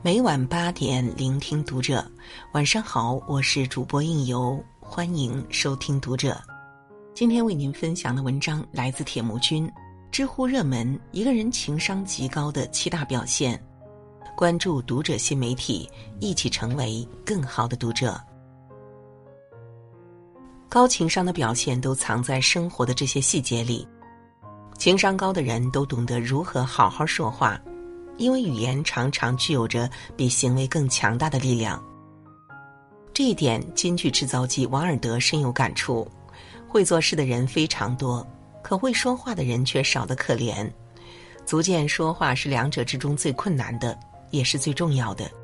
每晚8点聆听读者。晚上好，我是主播应由，欢迎收听读者。今天为您分享的文章来自铁木君，知乎热门一个人情商极高的7大表现。关注读者新媒体，一起成为更好的读者。高情商的表现都藏在生活的这些细节里。情商高的人都懂得如何好好说话，因为语言常常具有着比行为更强大的力量。这一点金句制造机王尔德深有感触。会做事的人非常多，可会说话的人却少得可怜。足见说话是两者之中最困难的，也是最重要的。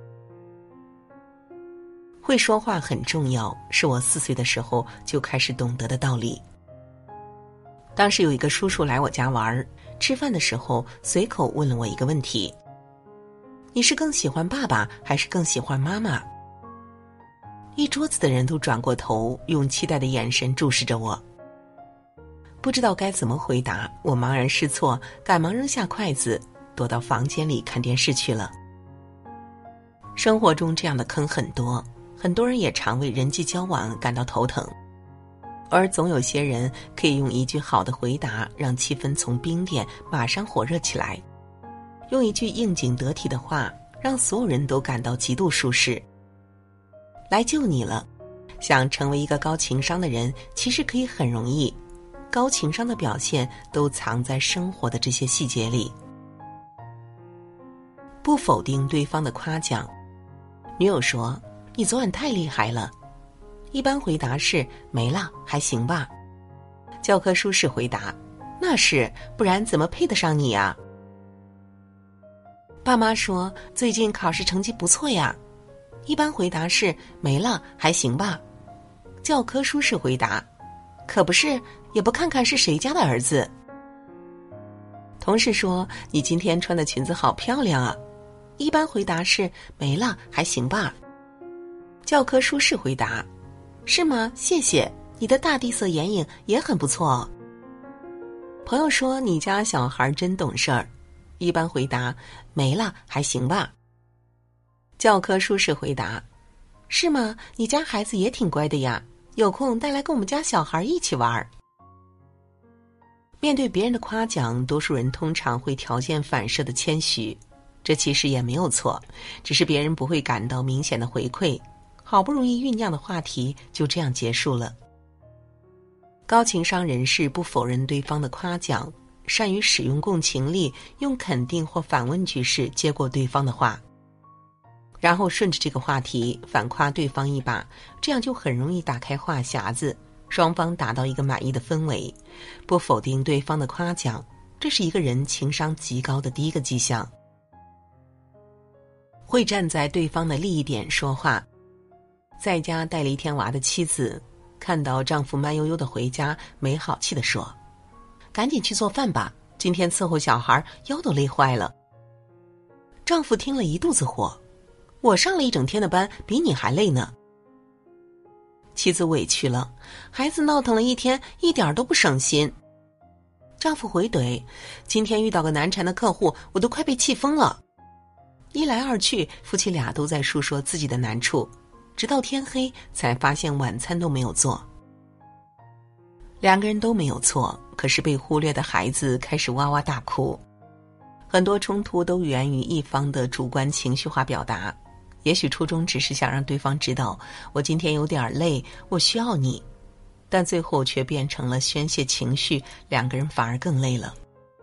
会说话很重要，是我4岁的时候就开始懂得的道理。当时有一个叔叔来我家玩，吃饭的时候随口问了我一个问题：你是更喜欢爸爸还是更喜欢妈妈？一桌子的人都转过头，用期待的眼神注视着我。不知道该怎么回答，我茫然失措，赶忙扔下筷子，躲到房间里看电视去了。生活中这样的坑很多，很多人也常为人际交往感到头疼。而总有些人可以用一句好的回答让气氛从冰点马上火热起来，用一句应景得体的话让所有人都感到极度舒适。来救你了。想成为一个高情商的人其实可以很容易，高情商的表现都藏在生活的这些细节里。不否定对方的夸奖。女友说：你昨晚太厉害了。一般回答是没了，还行吧。教科书式回答：那是，不然怎么配得上你啊？爸妈说最近考试成绩不错呀。一般回答是没了，还行吧。教科书式回答：可不是，也不看看是谁家的儿子。同事说你今天穿的裙子好漂亮啊。一般回答是没了，还行吧。教科书式回答：是吗？谢谢，你的大地色眼影也很不错哦。朋友说你家小孩真懂事儿。一般回答：没了，还行吧。教科书式回答：是吗？你家孩子也挺乖的呀，有空带来跟我们家小孩一起玩。面对别人的夸奖，多数人通常会条件反射的谦虚，这其实也没有错，只是别人不会感到明显的回馈，好不容易酝酿的话题就这样结束了。高情商人士不否认对方的夸奖，善于使用共情力，用肯定或反问句式接过对方的话，然后顺着这个话题反夸对方一把，这样就很容易打开话匣子，双方达到一个满意的氛围。不否定对方的夸奖，这是一个人情商极高的第一个迹象。会站在对方的利益点说话。在家带了1天娃的妻子看到丈夫慢悠悠的回家，没好气地说：赶紧去做饭吧，今天伺候小孩腰都累坏了。丈夫听了一肚子火：我上了一整天的班，比你还累呢。妻子委屈了：孩子闹腾了1天，一点都不省心。丈夫回怼：今天遇到个难缠的客户，我都快被气疯了。一来二去，夫妻俩都在述说自己的难处，直到天黑才发现晚餐都没有做。2个人都没有错，可是被忽略的孩子开始哇哇大哭。很多冲突都源于一方的主观情绪化表达，也许初衷只是想让对方知道我今天有点累，我需要你，但最后却变成了宣泄情绪，2个人反而更累了。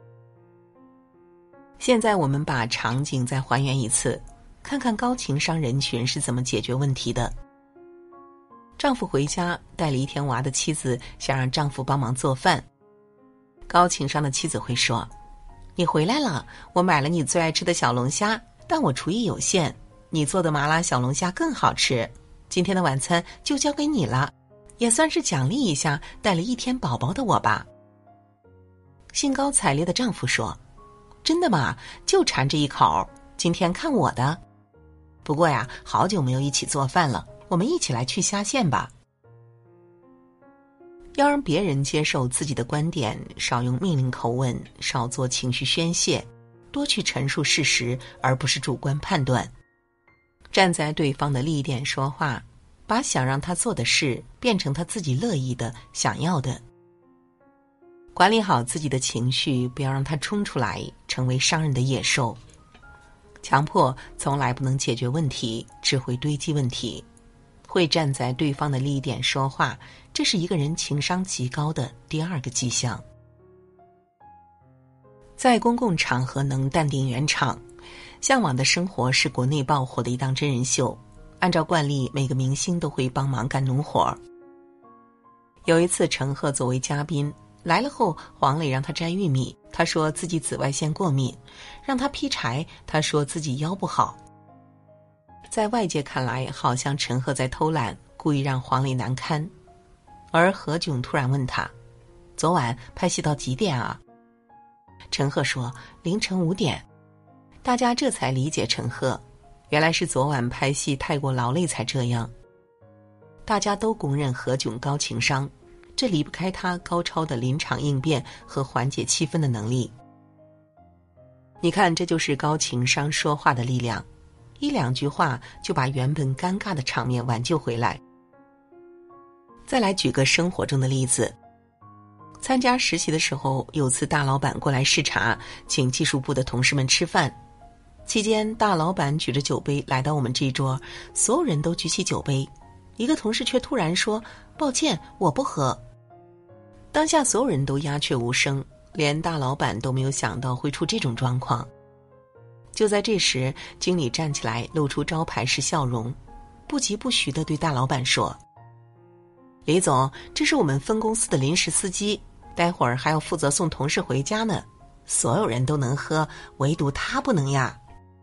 现在我们把场景再还原一次，看看高情商人群是怎么解决问题的。丈夫回家带了1天娃的妻子想让丈夫帮忙做饭。高情商的妻子会说：你回来了，我买了你最爱吃的小龙虾，但我厨艺有限，你做的麻辣小龙虾更好吃，今天的晚餐就交给你了，也算是奖励一下带了1天宝宝的我吧。兴高采烈的丈夫说：真的吗？就馋这一口，今天看我的。不过呀，好久没有一起做饭了，我们一起来去虾线吧。要让别人接受自己的观点，少用命令口吻，少做情绪宣泄，多去陈述事实，而不是主观判断。 站在对方的利益点说话，把想让他做的事变成他自己乐意的、想要的。管理好自己的情绪，不要让它冲出来，成为伤人的野兽。强迫从来不能解决问题，只会堆积问题。会站在对方的利益点说话，这是一个人情商极高的第二个迹象。在公共场合能淡定圆场。向往的生活是国内爆火的一档真人秀，按照惯例，每个明星都会帮忙干农活。有一次，陈赫作为嘉宾来了后，黄磊让他摘玉米，他说自己紫外线过敏；让他劈柴，他说自己腰不好。在外界看来，好像陈赫在偷懒，故意让黄磊难堪。而何炅突然问他：“昨晚拍戏到几点啊？”陈赫说：“凌晨5点。”大家这才理解陈赫，原来是昨晚拍戏太过劳累才这样。大家都公认何炅高情商，这离不开他高超的临场应变和缓解气氛的能力。你看，这就是高情商说话的力量，1-2句话就把原本尴尬的场面挽救回来。再来举个生活中的例子，参加实习的时候，有次大老板过来视察，请技术部的同事们吃饭。期间，大老板举着酒杯来到我们这一桌，所有人都举起酒杯，一个同事却突然说：“抱歉，我不喝。”当下所有人都鸦雀无声，连大老板都没有想到会出这种状况。就在这时，经理站起来露出招牌式笑容，不疾不徐地对大老板说：“李总，这是我们分公司的临时司机，待会儿还要负责送同事回家呢。所有人都能喝，唯独他不能呀。”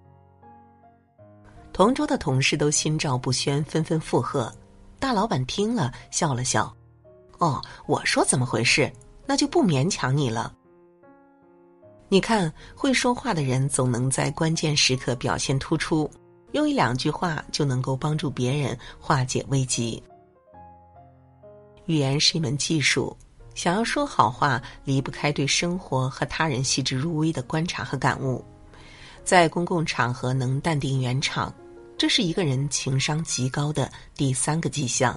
同桌的同事都心照不宣，纷纷附和。大老板听了笑了笑：“哦，我说怎么回事，那就不勉强你了。”你看，会说话的人总能在关键时刻表现突出，用1-2句话就能够帮助别人化解危机。语言是一门技术，想要说好话，离不开对生活和他人细致入微的观察和感悟。在公共场合能淡定圆场，这是一个人情商极高的第3个迹象。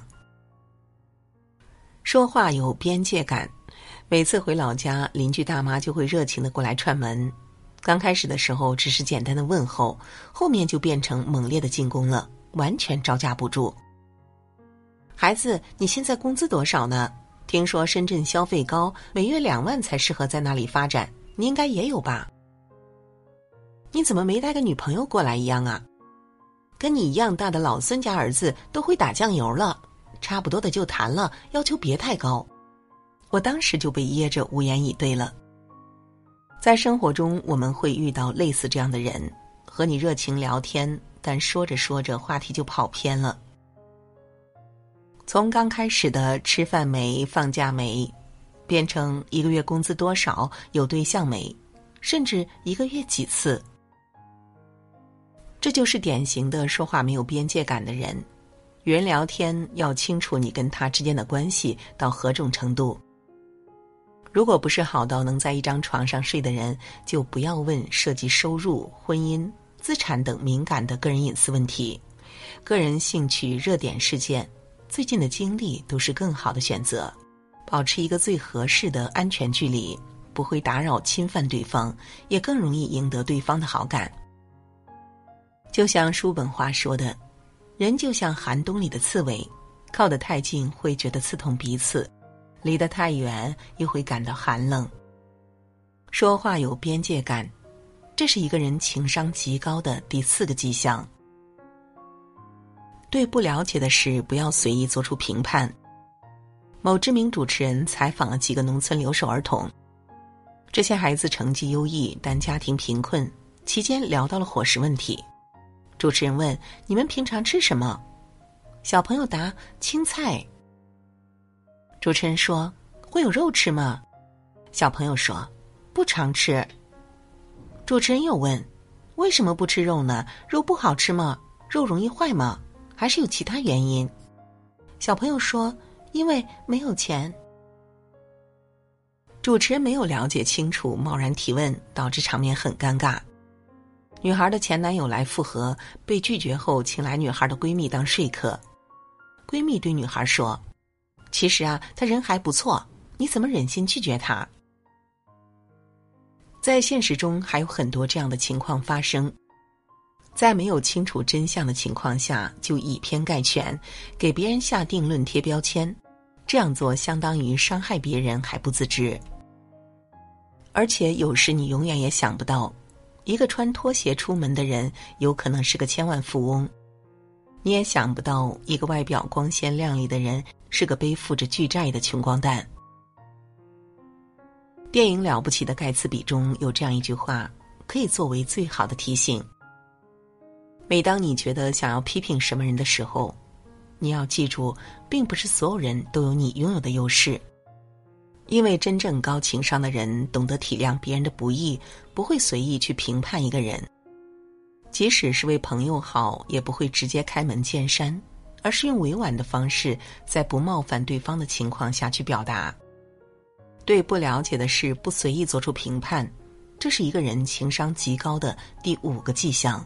说话有边界感，每次回老家，邻居大妈就会热情地过来串门。刚开始的时候只是简单的问候，后面就变成猛烈的进攻了，完全招架不住。孩子，你现在工资多少呢？听说深圳消费高，每月2万才适合在那里发展，你应该也有吧？你怎么没带个女朋友过来一样啊？跟你一样大的老孙家儿子都会打酱油了，差不多的就谈了，要求别太高。我当时就被噎着无言以对了。在生活中，我们会遇到类似这样的人，和你热情聊天，但说着说着话题就跑偏了。从刚开始的吃饭没、放假没，变成1个月工资多少、有对象没，甚至1个月几次。这就是典型的说话没有边界感的人。与人聊天要清楚你跟他之间的关系到何种程度。如果不是好到能在一张床上睡的人，就不要问涉及收入、婚姻、资产等敏感的个人隐私问题。个人兴趣、热点事件、最近的经历都是更好的选择。保持一个最合适的安全距离，不会打扰侵犯对方，也更容易赢得对方的好感。就像叔本华说的，人就像寒冬里的刺猬，靠得太近会觉得刺痛鼻子，离得太远又会感到寒冷。说话有边界感，这是一个人情商极高的第4个迹象。对不了解的事不要随意做出评判。某知名主持人采访了几个农村留守儿童，这些孩子成绩优异，但家庭贫困，期间聊到了伙食问题。主持人问：“你们平常吃什么？”小朋友答：“青菜。”主持人说：“会有肉吃吗？”小朋友说：“不常吃。”主持人又问：“为什么不吃肉呢？肉不好吃吗？肉容易坏吗？还是有其他原因？”小朋友说：“因为没有钱。”主持人没有了解清楚，贸然提问，导致场面很尴尬。 女孩的前男友来复合，被拒绝后请来女孩的闺蜜当说客。闺蜜对女孩说，其实啊，他人还不错，你怎么忍心拒绝他？在现实中还有很多这样的情况发生，在没有清楚真相的情况下就以偏概全，给别人下定论贴标签，这样做相当于伤害别人还不自知。而且有时你永远也想不到，一个穿拖鞋出门的人有可能是个千万富翁，你也想不到一个外表光鲜亮丽的人是个背负着巨债的穷光蛋。电影《了不起的盖茨比》中有这样一句话，可以作为最好的提醒。每当你觉得想要批评什么人的时候，你要记住，并不是所有人都有你拥有的优势。因为真正高情商的人懂得体谅别人的不易，不会随意去评判一个人。即使是为朋友好，也不会直接开门见山，而是用委婉的方式，在不冒犯对方的情况下去表达。对不了解的事不随意做出评判，这是一个人情商极高的第5个迹象。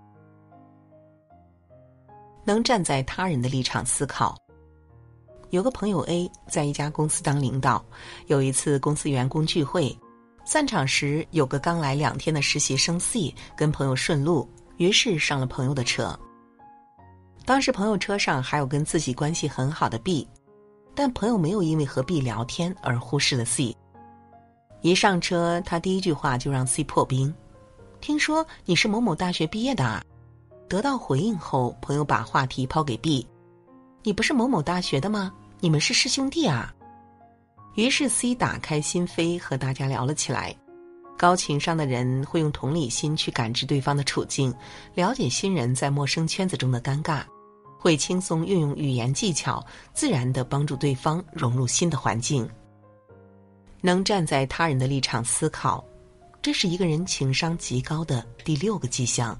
能站在他人的立场思考。有个朋友 A 在一家公司当领导，有一次公司员工聚会，散场时有个刚来2天的实习生 C 跟朋友顺路，于是上了朋友的车。当时朋友车上还有跟自己关系很好的 B， 但朋友没有因为和 B 聊天而忽视了 C。 一上车，他第一句话就让 C 破冰，听说你是某某大学毕业的啊。得到回应后，朋友把话题抛给 B， 你不是某某大学的吗？你们是师兄弟啊。于是 C 打开心扉和大家聊了起来。高情商的人会用同理心去感知对方的处境，了解新人在陌生圈子中的尴尬，会轻松运用语言技巧，自然地帮助对方融入新的环境。能站在他人的立场思考，这是一个人情商极高的第6个迹象。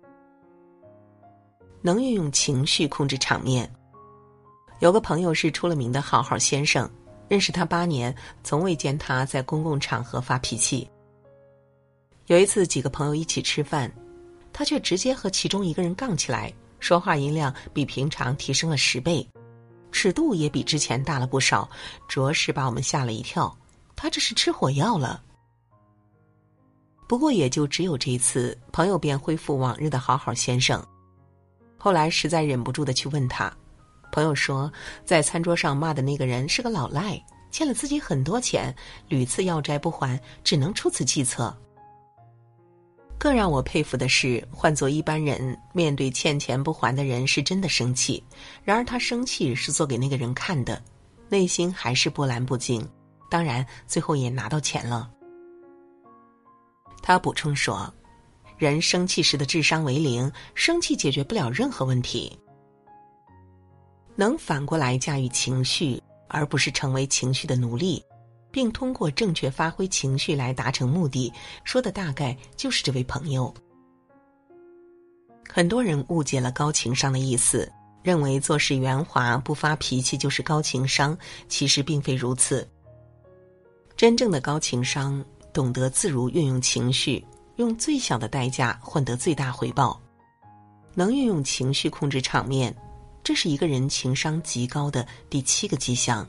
能运用情绪控制场面。有个朋友是出了名的好好先生，认识他8年，从未见他在公共场合发脾气。有一次几个朋友一起吃饭，他却直接和其中一个人杠起来，说话音量比平常提升了10倍，尺度也比之前大了不少，着实把我们吓了一跳。他这是吃火药了。不过也就只有这一次，朋友便恢复往日的好好先生。后来实在忍不住地去问他，朋友说在餐桌上骂的那个人是个老赖，欠了自己很多钱，屡次要债不还，只能出此计策。更让我佩服的是，换作一般人，面对欠钱不还的人是真的生气，然而他生气是做给那个人看的，内心还是波澜不惊，当然最后也拿到钱了。他补充说，人生气时的智商为0，生气解决不了任何问题。能反过来驾驭情绪，而不是成为情绪的奴隶，并通过正确发挥情绪来达成目的，说的大概就是这位朋友。很多人误解了高情商的意思，认为做事圆滑不发脾气就是高情商，其实并非如此。真正的高情商懂得自如运用情绪，用最小的代价换得最大回报。能运用情绪控制场面，这是一个人情商极高的第7个迹象。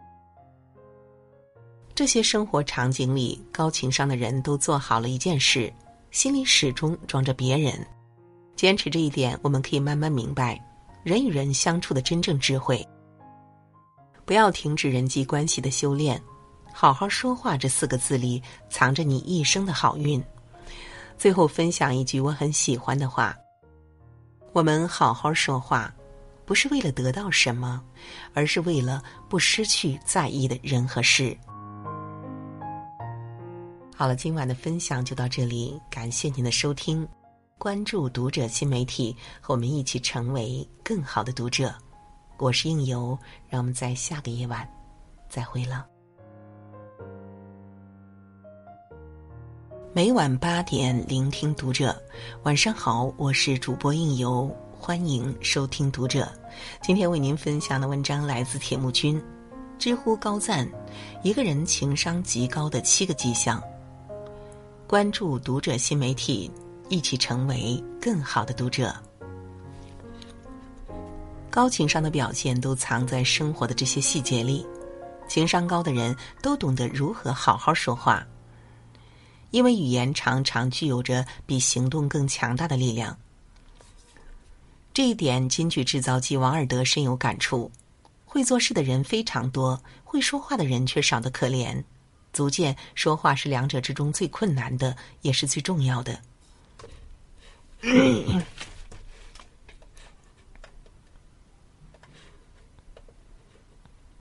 这些生活场景里，高情商的人都做好了一件事，心里始终装着别人。坚持这一点，我们可以慢慢明白人与人相处的真正智慧。不要停止人际关系的修炼，好好说话这4个字里藏着你一生的好运。最后分享一句我很喜欢的话，我们好好说话，不是为了得到什么，而是为了不失去在意的人和事。好了，今晚的分享就到这里，感谢您的收听。关注读者新媒体，和我们一起成为更好的读者。我是应由，让我们在下个夜晚再会了。每晚8点聆听读者，晚上好，我是主播应由，欢迎收听读者。今天为您分享的文章来自铁木君，知乎高赞一个人情商极高的7个迹象。关注读者新媒体， 一起成为更好的读者。高情商的表现都藏在生活的这些细节里，情商高的人都懂得如何好好说话，因为语言常常具有着比行动更强大的力量。这一点金句制造机王尔德深有感触。会做事的人非常多，会说话的人却少得可怜，足见说话是两者之中最困难的，也是最重要的。